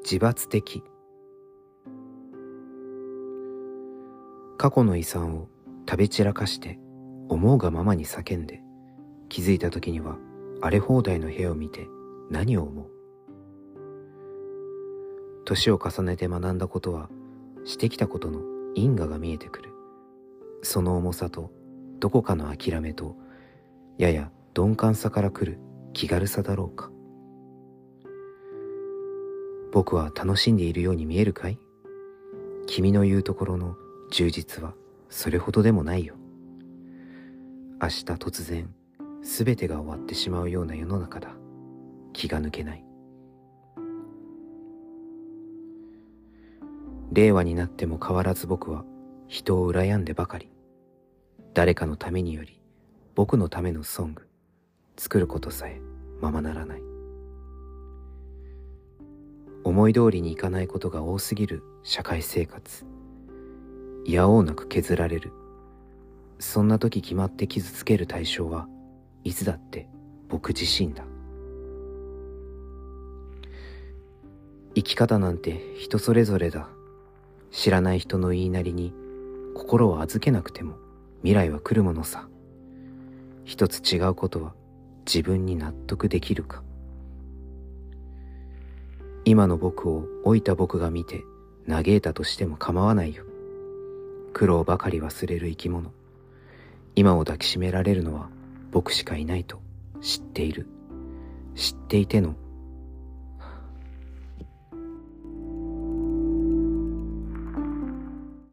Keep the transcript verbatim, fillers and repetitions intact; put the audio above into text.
自罰的。過去の遺産を食べ散らかして思うがままに叫んで、気づいた時には荒れ放題の部屋を見て何を思う。年を重ねて学んだことは、してきたことの因果が見えてくる。その重さとどこかの諦めと、やや鈍感さから来る気軽さだろうか。僕は楽しんでいるように見えるかい？君の言うところの充実はそれほどでもないよ。明日突然すべてが終わってしまうような世の中だ。気が抜けない。令和になっても変わらず僕は人を羨んでばかり。誰かのためにより僕のためのソング作ることさえままならない。思い通りにいかないことが多すぎる社会生活。いやおうなく削られる。そんな時決まって傷つける対象はいつだって僕自身だ。生き方なんて人それぞれだ。知らない人の言いなりに心を預けなくても未来は来るものさ。一つ違うことは自分に納得できるか。今の僕を老いた僕が見て嘆いたとしても構わないよ。苦労ばかり忘れる生き物。今を抱きしめられるのは僕しかいないと知っている。知っていての